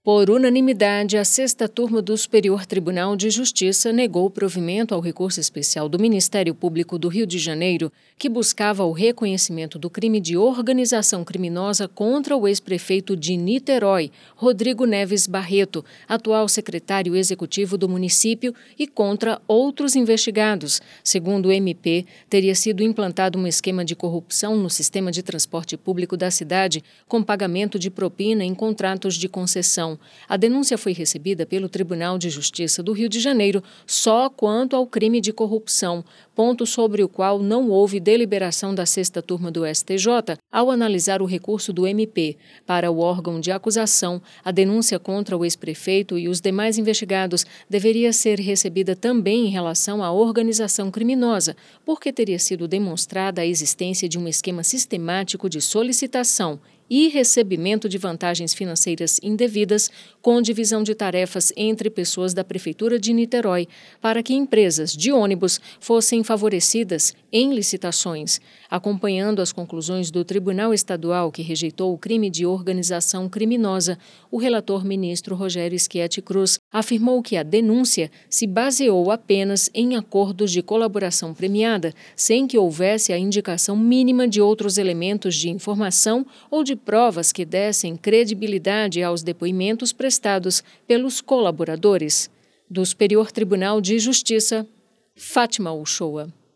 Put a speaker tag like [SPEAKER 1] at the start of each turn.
[SPEAKER 1] Por unanimidade, a sexta turma do Superior Tribunal de Justiça negou o provimento ao recurso especial do Ministério Público do Rio de Janeiro, que buscava o reconhecimento do crime de organização criminosa contra o ex-prefeito de Niterói, Rodrigo Neves Barreto, atual secretário executivo do município, e contra outros investigados. Segundo o MP, teria sido implantado um esquema de corrupção no sistema de transporte público da cidade, com pagamento de propina em contratos de concessão. A denúncia foi recebida pelo Tribunal de Justiça do Rio de Janeiro só quanto ao crime de corrupção, ponto sobre o qual não houve deliberação da sexta turma do STJ ao analisar o recurso do MP. Para o órgão de acusação, a denúncia contra o ex-prefeito e os demais investigados deveria ser recebida também em relação à organização criminosa, porque teria sido demonstrada a existência de um esquema sistemático de solicitação e recebimento de vantagens financeiras indevidas com divisão de tarefas entre pessoas da Prefeitura de Niterói para que empresas de ônibus fossem favorecidas em licitações. Acompanhando as conclusões do Tribunal Estadual que rejeitou o crime de organização criminosa, o relator ministro Rogério Schietti Cruz afirmou que a denúncia se baseou apenas em acordos de colaboração premiada, sem que houvesse a indicação mínima de outros elementos de informação ou de provas que dessem credibilidade aos depoimentos prestados pelos colaboradores. Do Superior Tribunal de Justiça, Fátima Uchoa.